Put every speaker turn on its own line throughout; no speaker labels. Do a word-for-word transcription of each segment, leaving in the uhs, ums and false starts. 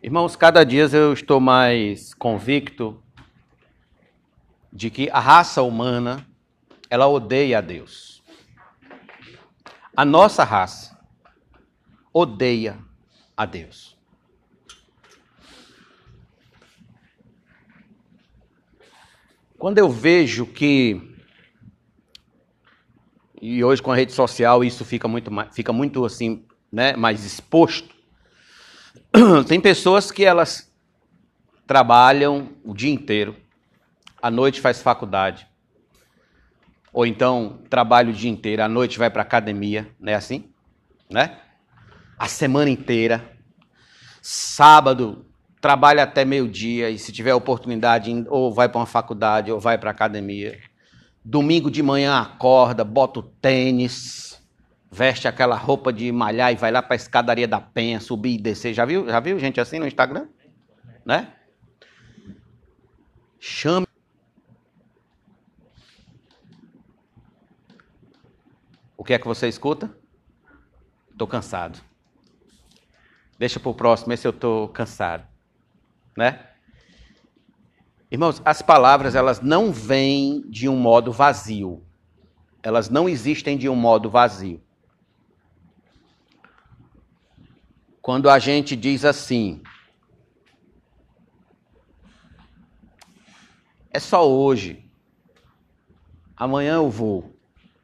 Irmãos, cada dia eu estou mais convicto de que a raça humana, ela odeia a Deus. A nossa raça odeia a Deus. Quando eu vejo que, e hoje com a rede social isso fica muito, fica muito assim, né, mais exposto, tem pessoas que elas trabalham o dia inteiro, à noite faz faculdade, ou então trabalha o dia inteiro, à noite vai para academia, não é assim? Né? A semana inteira, sábado trabalha até meio-dia e se tiver oportunidade ou vai para uma faculdade ou vai para academia. Domingo de manhã acorda, bota o tênis, veste aquela roupa de malhar e vai lá para a escadaria da Penha, subir e descer. Já viu? Já viu gente assim no Instagram? Né? Chame. O que é que você escuta? Estou cansado. Deixa para o próximo, esse eu estou cansado. Né? Irmãos, as palavras elas não vêm de um modo vazio. Elas não existem de um modo vazio. Quando a gente diz assim, é só hoje, amanhã eu vou.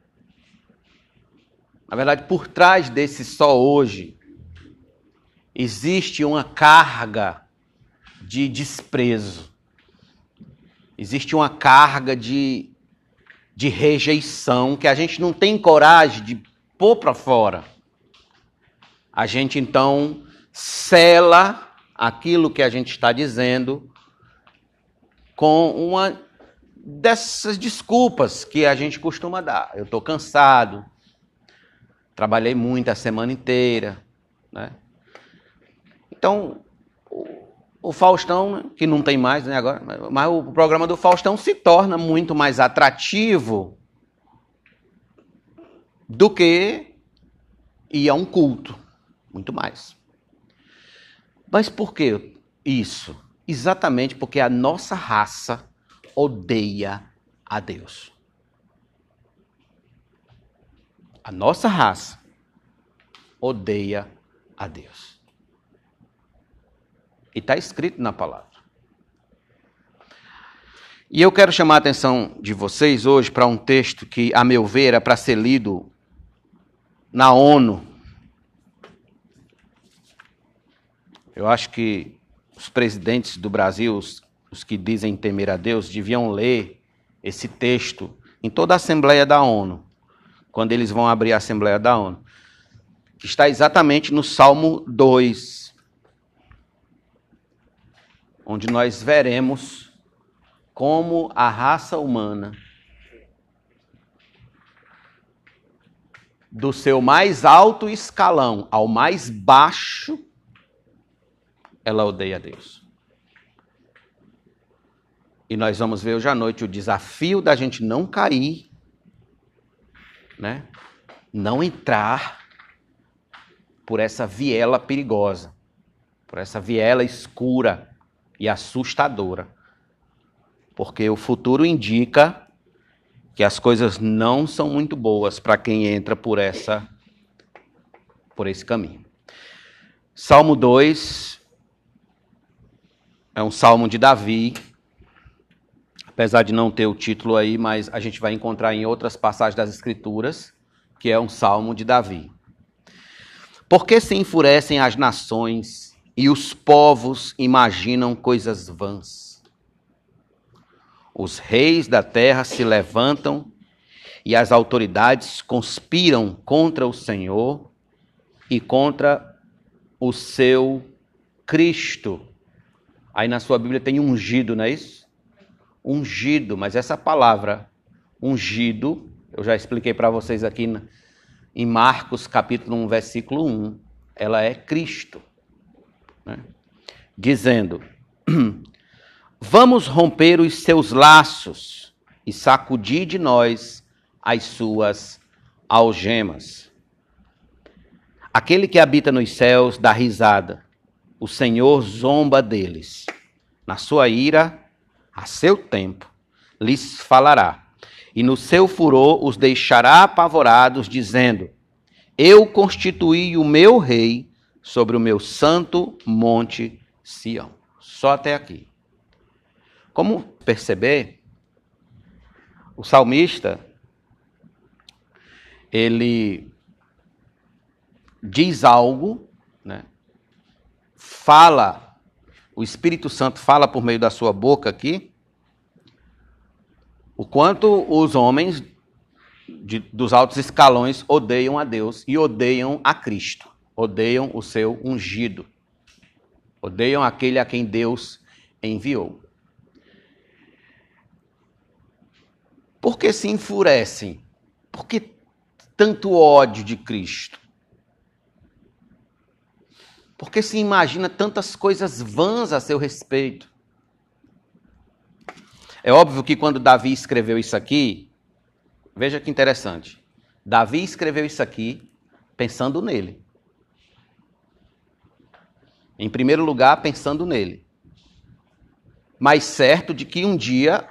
Na verdade, por trás desse só hoje, existe uma carga de desprezo. Existe uma carga de, de rejeição que a gente não tem coragem de pôr para fora. A gente, então, sela aquilo que a gente está dizendo com uma dessas desculpas que a gente costuma dar. Eu estou cansado, trabalhei muito a semana inteira, né? Então, o Faustão, que não tem mais, né, agora, mas o programa do Faustão se torna muito mais atrativo do que ir a um culto, muito mais. Mas por que isso? Exatamente porque a nossa raça odeia a Deus. A nossa raça odeia a Deus. E está escrito na palavra. E eu quero chamar a atenção de vocês hoje para um texto que, a meu ver, é para ser lido na ONU. Eu acho que os presidentes do Brasil, os, os que dizem temer a Deus, deviam ler esse texto em toda a Assembleia da ONU, quando eles vão abrir a Assembleia da ONU, que está exatamente no Salmo dois, onde nós veremos como a raça humana, do seu mais alto escalão ao mais baixo, ela odeia a Deus. E nós vamos ver hoje à noite o desafio da gente não cair, né? Não entrar por essa viela perigosa, por essa viela escura e assustadora, porque o futuro indica que as coisas não são muito boas para quem entra por essa, por esse caminho. Salmo dois é um salmo de Davi, apesar de não ter o título aí, mas a gente vai encontrar em outras passagens das Escrituras, que é um salmo de Davi. Por que se enfurecem as nações e os povos imaginam coisas vãs? Os reis da terra se levantam e as autoridades conspiram contra o Senhor e contra o seu Cristo. Aí na sua Bíblia tem ungido, não é isso? Ungido, mas essa palavra ungido, eu já expliquei para vocês aqui em Marcos capítulo um, versículo um, ela é Cristo. Né? Dizendo, vamos romper os seus laços e sacudir de nós as suas algemas. Aquele que habita nos céus dá risada o Senhor zomba deles. Na sua ira, a seu tempo, lhes falará. E no seu furor os deixará apavorados, dizendo: eu constituí o meu rei sobre o meu santo monte Sião. Só até aqui. Como perceber, o salmista, ele diz algo, né? Fala, o Espírito Santo fala por meio da sua boca aqui, o quanto os homens de, dos altos escalões odeiam a Deus e odeiam a Cristo, odeiam o seu ungido, odeiam aquele a quem Deus enviou. Por que se enfurecem? Por que tanto ódio de Cristo? Por que se imagina tantas coisas vãs a seu respeito? É óbvio que quando Davi escreveu isso aqui, veja que interessante, Davi escreveu isso aqui pensando nele. Em primeiro lugar, pensando nele. Mas certo de que um dia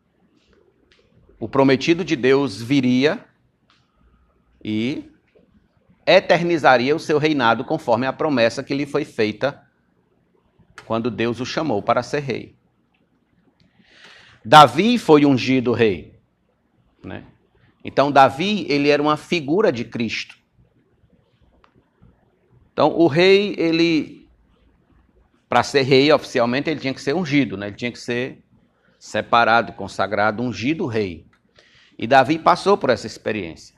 o prometido de Deus viria e eternizaria o seu reinado conforme a promessa que lhe foi feita quando Deus o chamou para ser rei. Davi foi ungido rei, né? Então Davi, ele era uma figura de Cristo. Então o rei, ele, para ser rei oficialmente, ele tinha que ser ungido, né? Ele tinha que ser separado, consagrado, ungido rei. E Davi passou por essa experiência.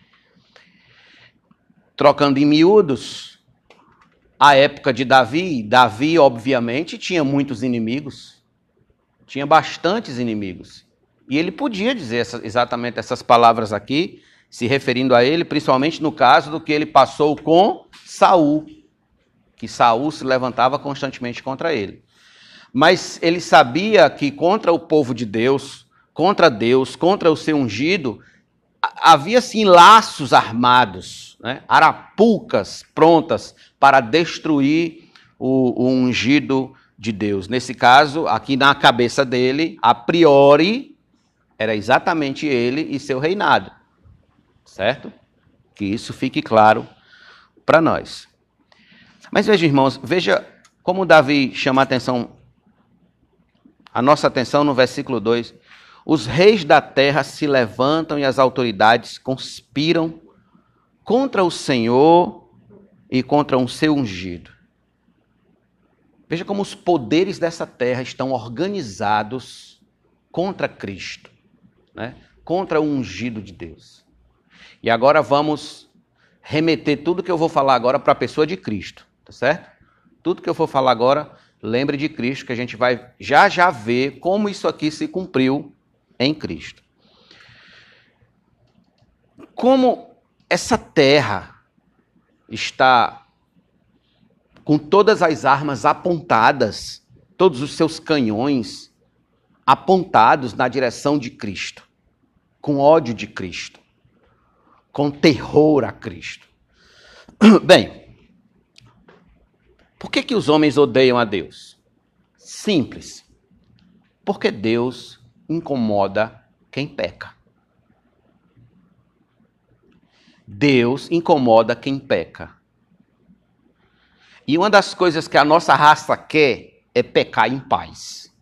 Trocando em miúdos, a época de Davi, Davi obviamente tinha muitos inimigos, tinha bastantes inimigos. E ele podia dizer essa, exatamente essas palavras aqui, se referindo a ele, principalmente no caso do que ele passou com Saul, que Saul se levantava constantemente contra ele. Mas ele sabia que contra o povo de Deus, contra Deus, contra o seu ungido, havia sim laços armados, né? Arapucas prontas para destruir o, o ungido de Deus. Nesse caso, aqui na cabeça dele, a priori, era exatamente ele e seu reinado. Certo? Que isso fique claro para nós. Mas veja, irmãos, veja como Davi chama a atenção, a nossa atenção no versículo dois. Os reis da terra se levantam e as autoridades conspiram contra o Senhor e contra o seu ungido. Veja como os poderes dessa terra estão organizados contra Cristo, né? Contra o ungido de Deus. E agora vamos remeter tudo que eu vou falar agora para a pessoa de Cristo, tá certo? Tudo que eu for falar agora, lembre de Cristo, que a gente vai já já ver como isso aqui se cumpriu em Cristo. Como essa terra está com todas as armas apontadas, todos os seus canhões apontados na direção de Cristo, com ódio de Cristo, com terror a Cristo. Bem, por que que os homens odeiam a Deus? Simples. Porque Deus incomoda quem peca. Deus incomoda quem peca. E uma das coisas que a nossa raça quer é pecar em paz.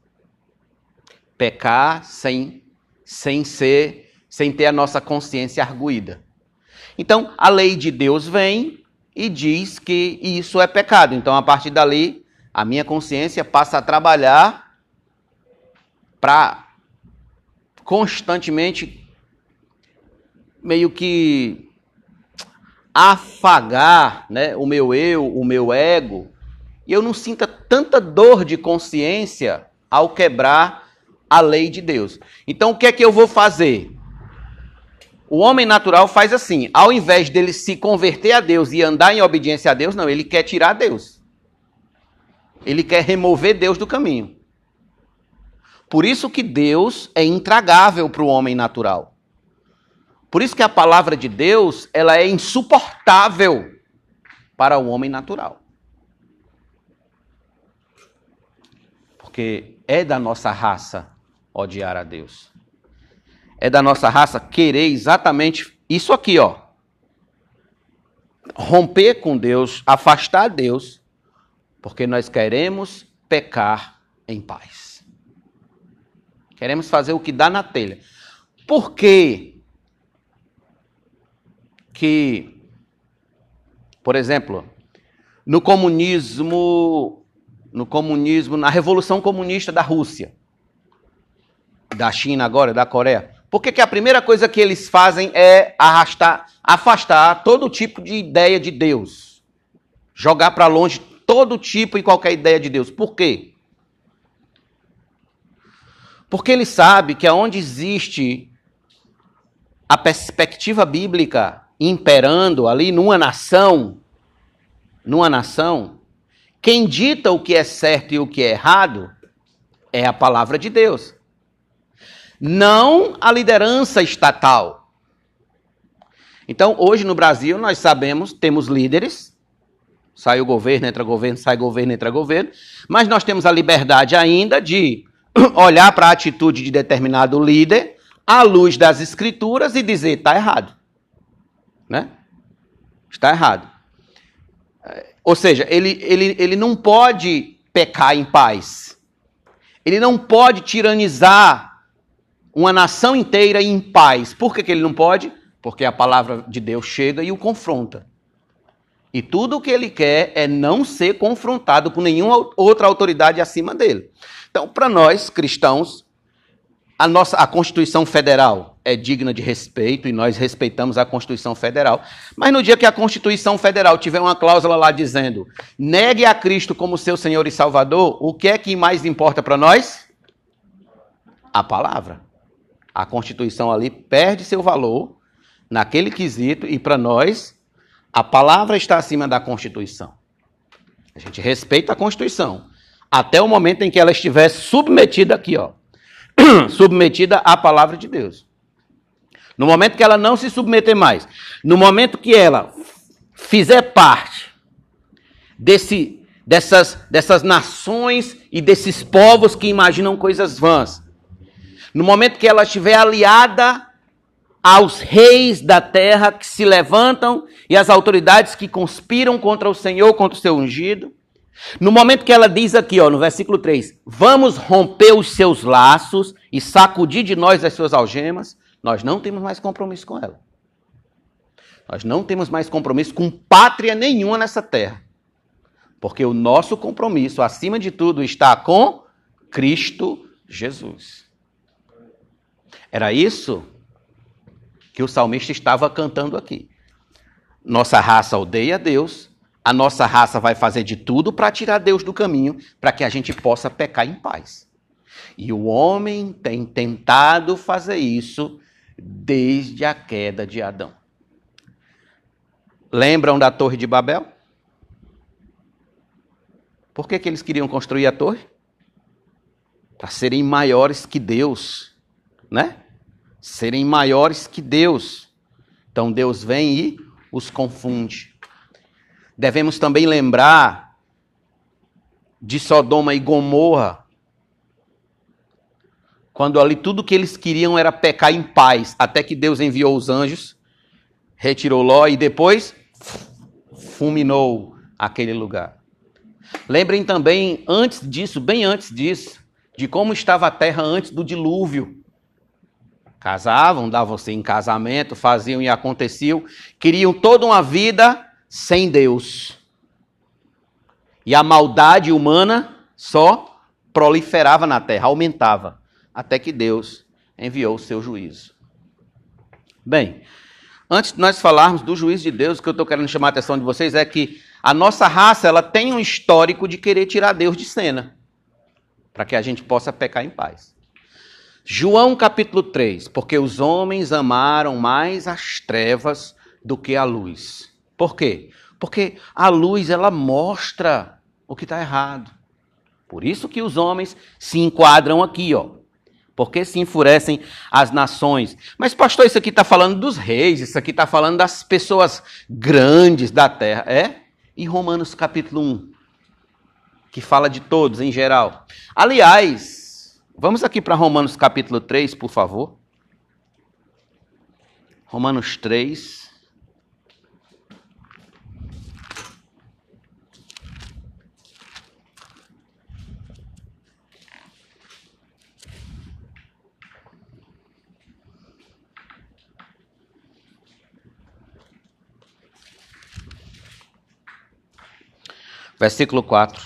Pecar sem, sem ser, sem ter a nossa consciência arguída. Então, a lei de Deus vem e diz que isso é pecado. Então, a partir dali, a minha consciência passa a trabalhar para constantemente meio que afagar, né, o meu eu, o meu ego, e eu não sinta tanta dor de consciência ao quebrar a lei de Deus. Então, o que é que eu vou fazer? O homem natural faz assim, ao invés dele se converter a Deus e andar em obediência a Deus, não, ele quer tirar Deus. Ele quer remover Deus do caminho. Por isso que Deus é intragável para o homem natural. Por isso que a palavra de Deus, ela é insuportável para o homem natural. Porque é da nossa raça odiar a Deus. É da nossa raça querer exatamente isso aqui, ó. Romper com Deus, afastar Deus, porque nós queremos pecar em paz. Queremos fazer o que dá na telha. Por quê? Que, por exemplo, no comunismo, no comunismo, na Revolução Comunista da Rússia, da China agora, da Coreia, por que que a primeira coisa que eles fazem é arrastar, afastar todo tipo de ideia de Deus? Jogar para longe todo tipo e qualquer ideia de Deus. Por quê? Porque ele sabe que aonde existe a perspectiva bíblica imperando ali numa nação, numa nação, quem dita o que é certo e o que é errado é a palavra de Deus. Não a liderança estatal. Então, hoje no Brasil, nós sabemos, temos líderes, sai o governo, entra governo, sai governo, entra governo, mas nós temos a liberdade ainda de olhar para a atitude de determinado líder à luz das escrituras e dizer, está errado. Né? Está errado. Ou seja, ele, ele, ele não pode pecar em paz. Ele não pode tiranizar uma nação inteira em paz. Por que que ele não pode? Porque a palavra de Deus chega e o confronta. E tudo o que ele quer é não ser confrontado por nenhuma outra autoridade acima dele. Então, para nós, cristãos, a nossa a Constituição Federal é digna de respeito e nós respeitamos a Constituição Federal. Mas no dia que a Constituição Federal tiver uma cláusula lá dizendo negue a Cristo como seu Senhor e Salvador, o que é que mais importa para nós? A palavra. A Constituição ali perde seu valor naquele quesito e para nós a palavra está acima da Constituição. A gente respeita a Constituição até o momento em que ela estiver submetida aqui, ó, submetida à palavra de Deus. No momento que ela não se submeter mais, no momento que ela fizer parte desse, dessas, dessas nações e desses povos que imaginam coisas vãs, no momento que ela estiver aliada aos reis da terra que se levantam e às autoridades que conspiram contra o Senhor, contra o seu ungido, no momento que ela diz aqui, ó, no versículo três, vamos romper os seus laços e sacudir de nós as suas algemas, nós não temos mais compromisso com ela. Nós não temos mais compromisso com pátria nenhuma nessa terra. Porque o nosso compromisso, acima de tudo, está com Cristo Jesus. Era isso que o salmista estava cantando aqui. Nossa raça odeia Deus, a nossa raça vai fazer de tudo para tirar Deus do caminho, para que a gente possa pecar em paz. E o homem tem tentado fazer isso desde a queda de Adão. Lembram da Torre de Babel? Por que que eles queriam construir a torre? Para serem maiores que Deus, né? Serem maiores que Deus. Então Deus vem e os confunde. Devemos também lembrar de Sodoma e Gomorra, quando ali tudo que eles queriam era pecar em paz, até que Deus enviou os anjos, retirou Ló e depois fulminou aquele lugar. Lembrem também, antes disso, bem antes disso, de como estava a terra antes do dilúvio. Casavam, davam-se em casamento, faziam e aconteciam, queriam toda uma vida sem Deus. E a maldade humana só proliferava na terra, aumentava, até que Deus enviou o seu juízo. Bem, antes de nós falarmos do juízo de Deus, o que eu estou querendo chamar a atenção de vocês é que a nossa raça ela tem um histórico de querer tirar Deus de cena, para que a gente possa pecar em paz. João capítulo três, porque os homens amaram mais as trevas do que a luz. Por quê? Porque a luz ela mostra o que está errado. Por isso que os homens se enquadram aqui, ó. Porque se enfurecem as nações. Mas pastor, isso aqui está falando dos reis, isso aqui está falando das pessoas grandes da terra. É? E Romanos capítulo um. que fala de todos em geral. Aliás, vamos aqui para Romanos capítulo três, por favor. Romanos três. Versículo quatro.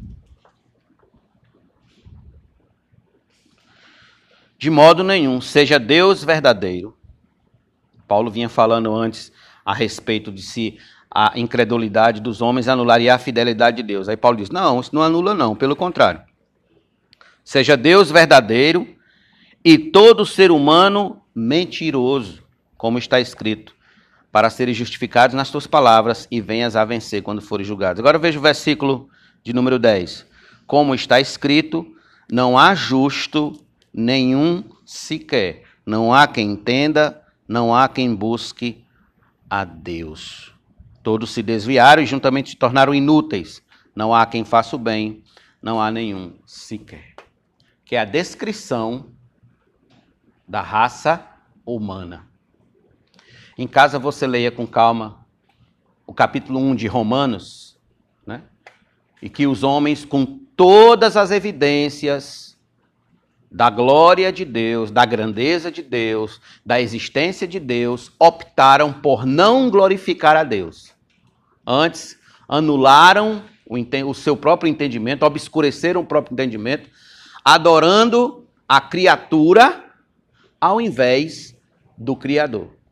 De modo nenhum, seja Deus verdadeiro. Paulo vinha falando antes a respeito de se a incredulidade dos homens anularia a fidelidade de Deus. Aí Paulo diz, não, isso não anula não, pelo contrário. Seja Deus verdadeiro e todo ser humano mentiroso, como está escrito, para serem justificados nas tuas palavras e venhas a vencer quando forem julgados. Agora veja o versículo de número dez. Como está escrito, não há justo nenhum sequer. Não há quem entenda, não há quem busque a Deus. Todos se desviaram e juntamente se tornaram inúteis. Não há quem faça o bem, não há nenhum sequer. Que é a descrição da raça humana. Em casa você leia com calma o capítulo um de Romanos, né? E que os homens, com todas as evidências da glória de Deus, da grandeza de Deus, da existência de Deus, optaram por não glorificar a Deus. Antes, anularam o, o seu próprio entendimento, obscureceram o próprio entendimento, adorando a criatura ao invés do Criador.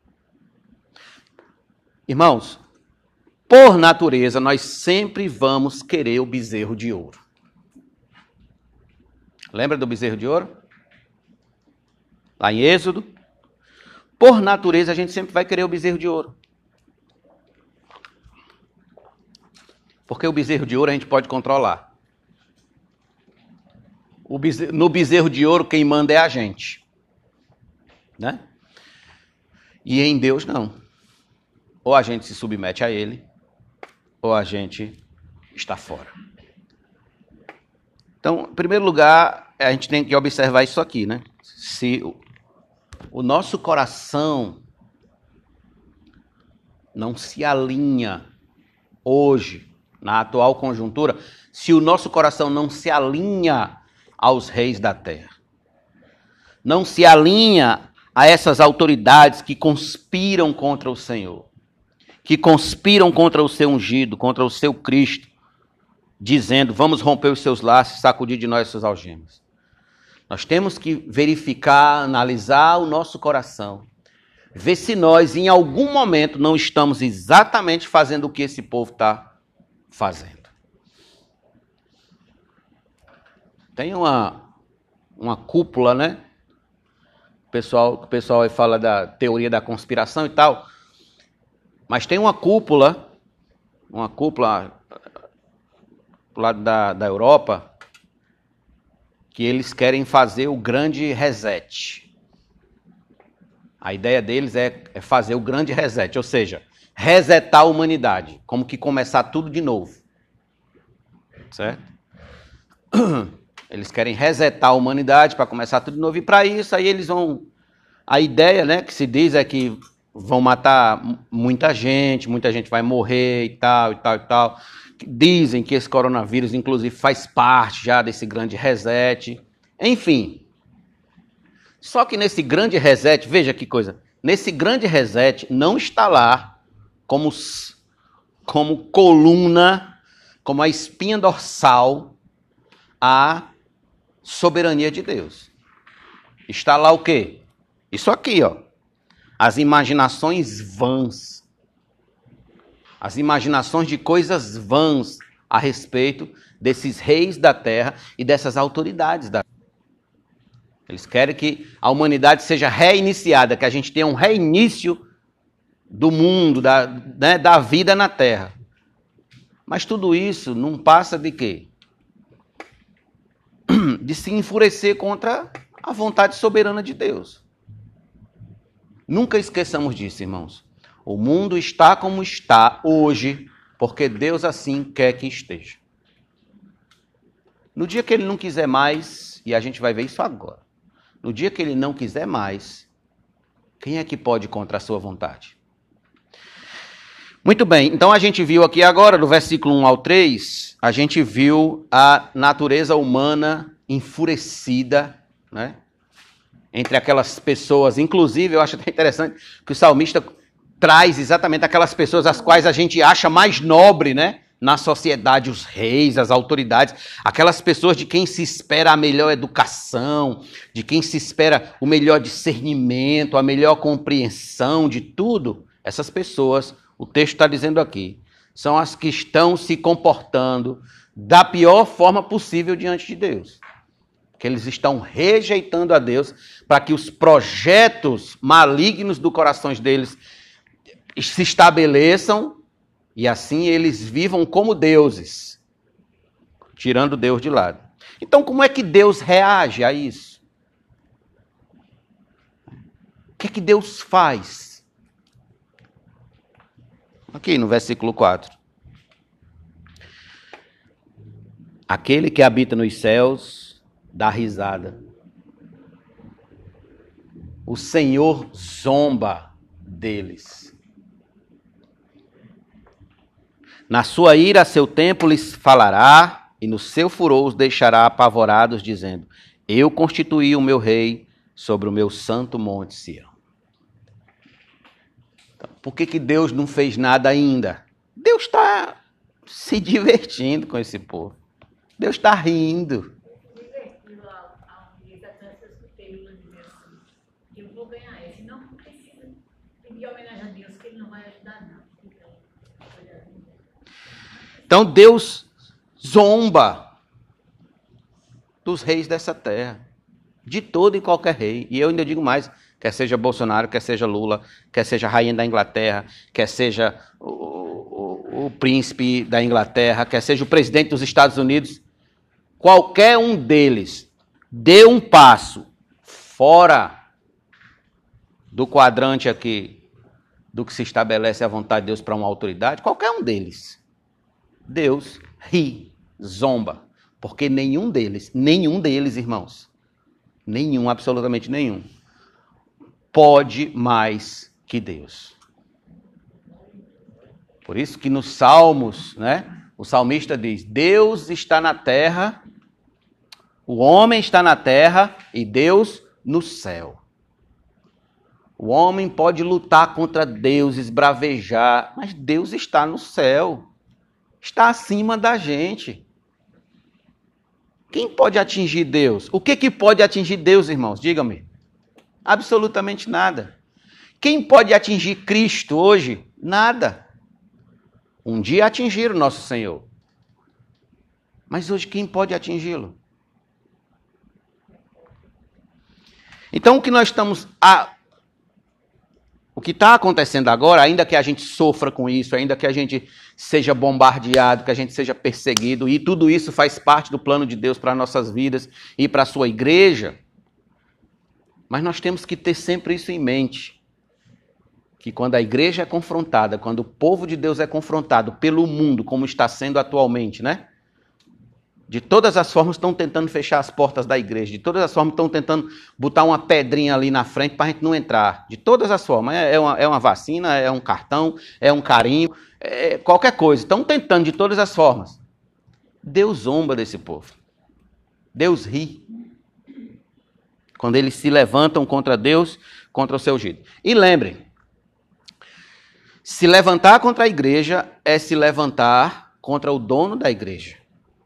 Irmãos, por natureza, nós sempre vamos querer o bezerro de ouro. Lembra do bezerro de ouro? Lá em Êxodo. Por natureza, a gente sempre vai querer o bezerro de ouro. Porque o bezerro de ouro a gente pode controlar. O bezerro, no bezerro de ouro, quem manda é a gente. Né? E em Deus, não. Ou a gente se submete a ele, ou a gente está fora. Então, em primeiro lugar, a gente tem que observar isso aqui, né? Se o, o nosso coração não se alinha hoje, na atual conjuntura, se o nosso coração não se alinha aos reis da terra, não se alinha a essas autoridades que conspiram contra o Senhor, que conspiram contra o seu ungido, contra o seu Cristo, dizendo, vamos romper os seus laços e sacudir de nós suas algemas. Nós temos que verificar, analisar o nosso coração, ver se nós, em algum momento, não estamos exatamente fazendo o que esse povo está fazendo. Tem uma, uma cúpula, né? O pessoal, o pessoal aí fala da teoria da conspiração e tal. Mas tem uma cúpula, uma cúpula do lado da, da Europa, que eles querem fazer o grande reset. A ideia deles é, é fazer o grande reset, ou seja, resetar a humanidade, como que começar tudo de novo. Certo? Eles querem resetar a humanidade para começar tudo de novo, e para isso aí eles vão... A ideia, né, que se diz é que vão matar muita gente, muita gente vai morrer e tal, e tal, e tal. Dizem que esse coronavírus, inclusive, faz parte já desse grande reset. Enfim. Só que nesse grande reset, veja que coisa, nesse grande reset não está lá como, como coluna, como a espinha dorsal, a soberania de Deus. Está lá o quê? Isso aqui, ó. As imaginações vãs. As imaginações de coisas vãs a respeito desses reis da terra e dessas autoridades da terra. Eles querem que a humanidade seja reiniciada, que a gente tenha um reinício do mundo, da, né, da vida na terra. Mas tudo isso não passa de quê? De se enfurecer contra a vontade soberana de Deus. Nunca esqueçamos disso, irmãos. O mundo está como está hoje, porque Deus assim quer que esteja. No dia que ele não quiser mais, e a gente vai ver isso agora, no dia que ele não quiser mais, quem é que pode contra a sua vontade? Muito bem, então a gente viu aqui agora, do versículo um ao três, a gente viu a natureza humana enfurecida, né? Entre aquelas pessoas, inclusive, eu acho até interessante que o salmista traz exatamente aquelas pessoas as quais a gente acha mais nobre, né? Na sociedade, os reis, as autoridades, aquelas pessoas de quem se espera a melhor educação, de quem se espera o melhor discernimento, a melhor compreensão de tudo, essas pessoas, o texto está dizendo aqui, são as que estão se comportando da pior forma possível diante de Deus. Que eles estão rejeitando a Deus para que os projetos malignos do coração deles se estabeleçam e assim eles vivam como deuses, tirando Deus de lado. Então, como é que Deus reage a isso? O que é que Deus faz? Aqui no versículo quatro. Aquele que habita nos céus dá risada. O Senhor zomba deles. Na sua ira, a seu tempo lhes falará, e no seu furor os deixará apavorados, dizendo: eu constituí o meu rei sobre o meu santo monte Sião. Então, por que que Deus não fez nada ainda? Deus está se divertindo com esse povo. Deus está rindo.
Eu vou ganhar esse. Não precisa pedir homenagem a Deus, que ele não vai ajudar, não.
Então Deus zomba dos reis dessa terra, de todo e qualquer rei. E eu ainda digo mais, quer seja Bolsonaro, quer seja Lula, quer seja a rainha da Inglaterra, quer seja o, o, o príncipe da Inglaterra, quer seja o presidente dos Estados Unidos, qualquer um deles dê um passo fora do quadrante aqui, do que se estabelece a vontade de Deus para uma autoridade, qualquer um deles, Deus ri, zomba, porque nenhum deles, nenhum deles, irmãos, nenhum, absolutamente nenhum, pode mais que Deus. Por isso que nos Salmos, né, o salmista diz: Deus está na terra, o homem está na terra e Deus no céu. O homem pode lutar contra Deus, esbravejar, mas Deus está no céu. Está acima da gente. Quem pode atingir Deus? O que que pode atingir Deus, irmãos? Diga-me. Absolutamente nada. Quem pode atingir Cristo hoje? Nada. Um dia atingiram nosso Senhor. Mas hoje quem pode atingi-lo? Então o que nós estamos... A... O que está acontecendo agora, ainda que a gente sofra com isso, ainda que a gente seja bombardeado, que a gente seja perseguido, e tudo isso faz parte do plano de Deus para nossas vidas e para a sua igreja, mas nós temos que ter sempre isso em mente, que quando a igreja é confrontada, quando o povo de Deus é confrontado pelo mundo, como está sendo atualmente, né? De todas as formas estão tentando fechar as portas da igreja. De todas as formas estão tentando botar uma pedrinha ali na frente para a gente não entrar. De todas as formas. É uma, é uma vacina, é um cartão, é um carinho, é qualquer coisa. Estão tentando de todas as formas. Deus zomba desse povo. Deus ri. Quando eles se levantam contra Deus, contra o seu ungido. E lembrem, se levantar contra a igreja é se levantar contra o dono da igreja.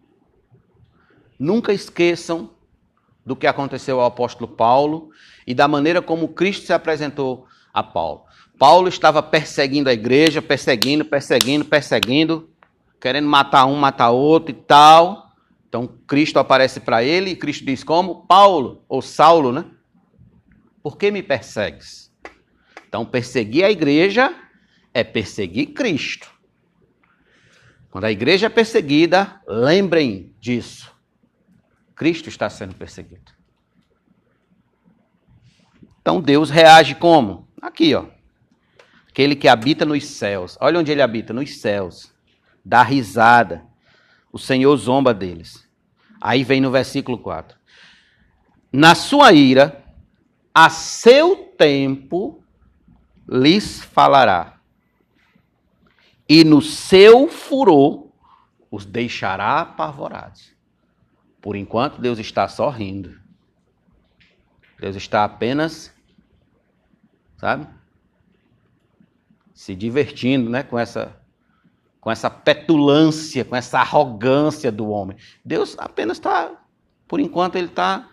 Nunca esqueçam do que aconteceu ao apóstolo Paulo e da maneira como Cristo se apresentou a Paulo. Paulo estava perseguindo a igreja, perseguindo, perseguindo, perseguindo, querendo matar um, matar outro e tal. Então Cristo aparece para ele e Cristo diz como? Paulo, ou Saulo, né? Por que me persegues? Então perseguir a igreja é perseguir Cristo. Quando a igreja é perseguida, lembrem disso. Cristo está sendo perseguido. Então Deus reage como? Aqui, ó. Aquele que habita nos céus. Olha onde ele habita, nos céus. Dá risada. O Senhor zomba deles. Aí vem no versículo quatro. Na sua ira, a seu tempo, lhes falará. E no seu furor, os deixará apavorados. Por enquanto, Deus está só rindo. Deus está apenas, sabe, se divertindo, né, com essa, com essa petulância, com essa arrogância do homem. Deus apenas está, por enquanto, ele está.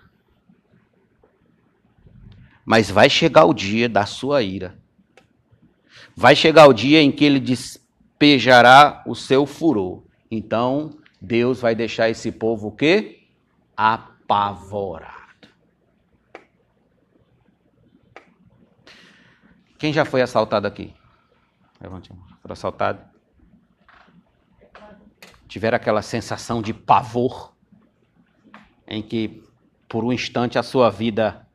Mas vai chegar o dia da sua ira. Vai chegar o dia em que ele despejará o seu furor. Então, Deus vai deixar esse povo o quê? Apavorado. Quem já foi assaltado aqui? Levante a mão. Foi assaltado? Tiveram aquela sensação de pavor em que, por um instante, a sua vida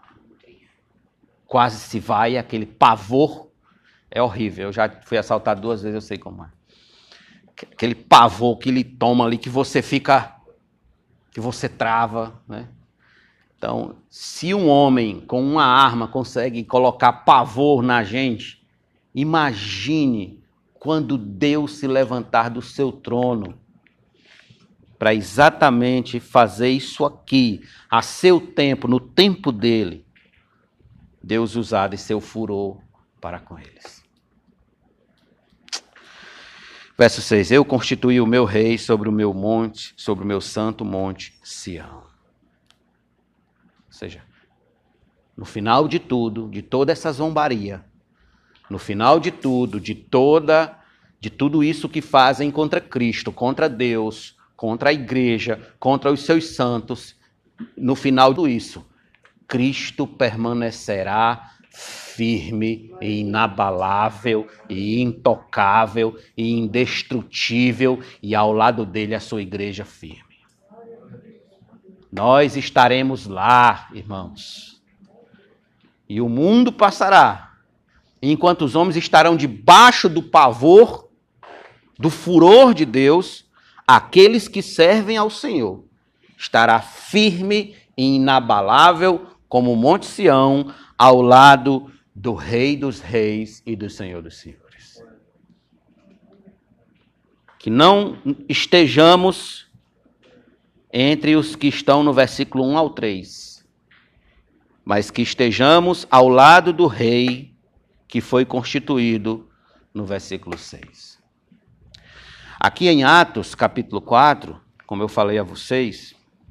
quase se vai, aquele pavor é horrível. Eu já fui assaltado duas vezes, eu sei como é. Aquele pavor que lhe toma ali, que você fica, que você trava, né? Então, se um homem com uma arma consegue colocar pavor na gente, imagine quando Deus se levantar do seu trono para exatamente fazer isso aqui, a seu tempo, no tempo dele, Deus usar de seu furor para com eles. Verso seis. Eu constituí o meu rei sobre o meu monte, sobre o meu santo monte, Sião. Ou seja, no final de tudo, de toda essa zombaria, no final de tudo, de toda, de tudo isso que fazem contra Cristo, contra Deus, contra a igreja, contra os seus santos, no final de tudo isso, Cristo permanecerá firme e inabalável e intocável e indestrutível, e ao lado dele a sua igreja firme. Nós estaremos lá, irmãos. E o mundo passará, enquanto os homens estarão debaixo do pavor, do furor de Deus, aqueles que servem ao Senhor estará firme e inabalável como o Monte Sião, ao lado do Rei dos Reis e do Senhor dos Senhores. Que não estejamos entre os que estão no versículo um ao três, mas que estejamos ao lado do Rei que foi constituído no versículo seis. Aqui em Atos, capítulo quatro, como eu falei a vocês,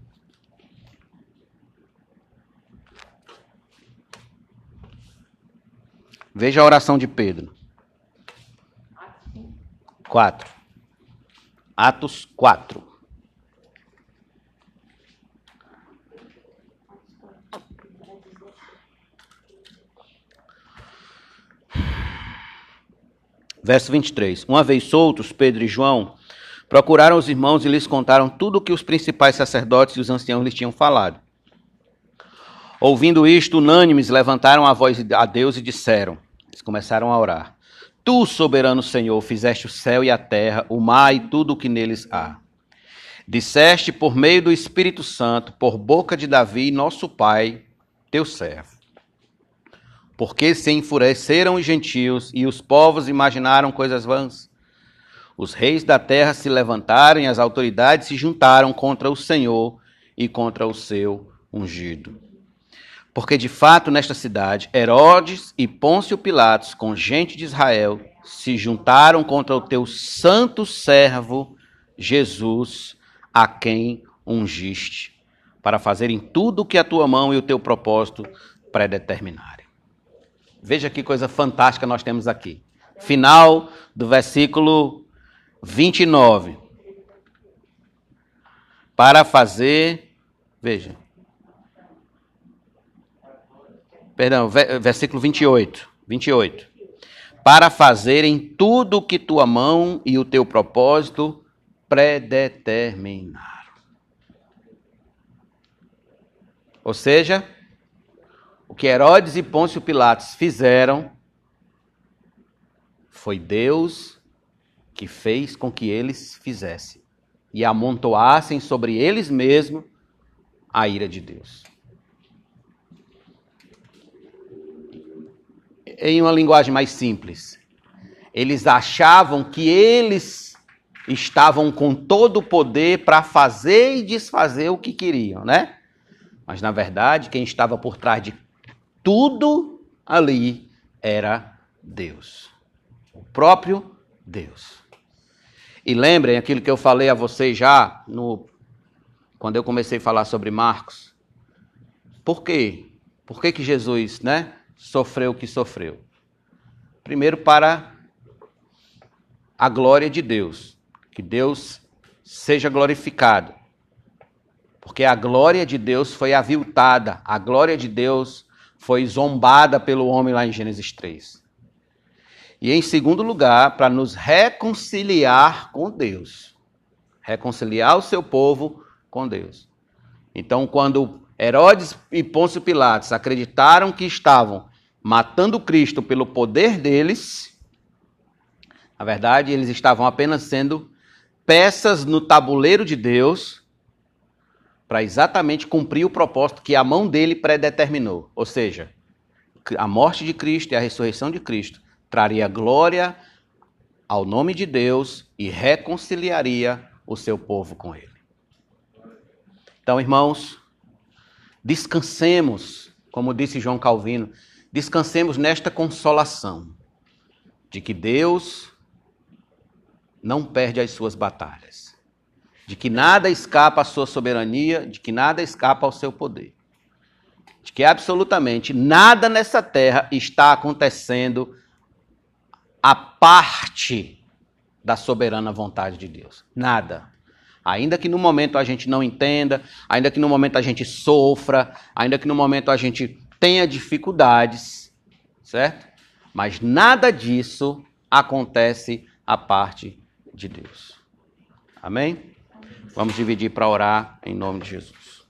veja a oração de Pedro. quatro. Atos quatro. Verso vinte e três. Uma vez soltos, Pedro e João procuraram os irmãos e lhes contaram tudo o que os principais sacerdotes e os anciãos lhes tinham falado. Ouvindo isto, unânimes levantaram a voz a Deus e disseram, eles começaram a orar: Tu, soberano Senhor, fizeste o céu e a terra, o mar e tudo o que neles há. Disseste por meio do Espírito Santo, por boca de Davi, nosso pai, teu servo. Porque se enfureceram os gentios e os povos imaginaram coisas vãs. Os reis da terra se levantaram e as autoridades se juntaram contra o Senhor e contra o seu ungido. Porque de fato nesta cidade, Herodes e Pôncio Pilatos, com gente de Israel, se juntaram contra o teu santo servo Jesus, a quem ungiste, para fazerem tudo o que a tua mão e o teu propósito predeterminarem. Veja que coisa fantástica nós temos aqui. Final do versículo vinte e nove. Para fazer, veja. Perdão, versículo vinte e oito. vinte e oito. Para fazerem tudo o que tua mão e o teu propósito predeterminaram. Ou seja, o que Herodes e Pôncio Pilatos fizeram foi Deus que fez com que eles fizessem. e amontoassem sobre eles mesmos a ira de Deus. Em uma linguagem mais simples, eles achavam que eles estavam com todo o poder para fazer e desfazer o que queriam, né? Mas, na verdade, quem estava por trás de tudo ali era Deus. O próprio Deus. E lembrem aquilo que eu falei a vocês já no, quando eu comecei a falar sobre Marcos. Por quê? Por que que Jesus, né, sofreu o que sofreu? Primeiro, para a glória de Deus. Que Deus seja glorificado. Porque a glória de Deus foi aviltada. A glória de Deus foi zombada pelo homem lá em Gênesis três. E em segundo lugar, para nos reconciliar com Deus. Reconciliar o seu povo com Deus. Então, quando Herodes e Pôncio Pilatos acreditaram que estavam matando Cristo pelo poder deles, na verdade, eles estavam apenas sendo peças no tabuleiro de Deus para exatamente cumprir o propósito que a mão dele predeterminou. Ou seja, a morte de Cristo e a ressurreição de Cristo traria glória ao nome de Deus e reconciliaria o seu povo com ele. Então, irmãos, descansemos, como disse João Calvino, descansemos nesta consolação de que Deus não perde as suas batalhas, de que nada escapa à sua soberania, de que nada escapa ao seu poder, de que absolutamente nada nessa terra está acontecendo à parte da soberana vontade de Deus. Nada. Ainda que no momento a gente não entenda, ainda que no momento a gente sofra, ainda que no momento a gente tenha dificuldades, certo? Mas nada disso acontece à parte de Deus. Amém? Vamos dividir para orar em nome de Jesus.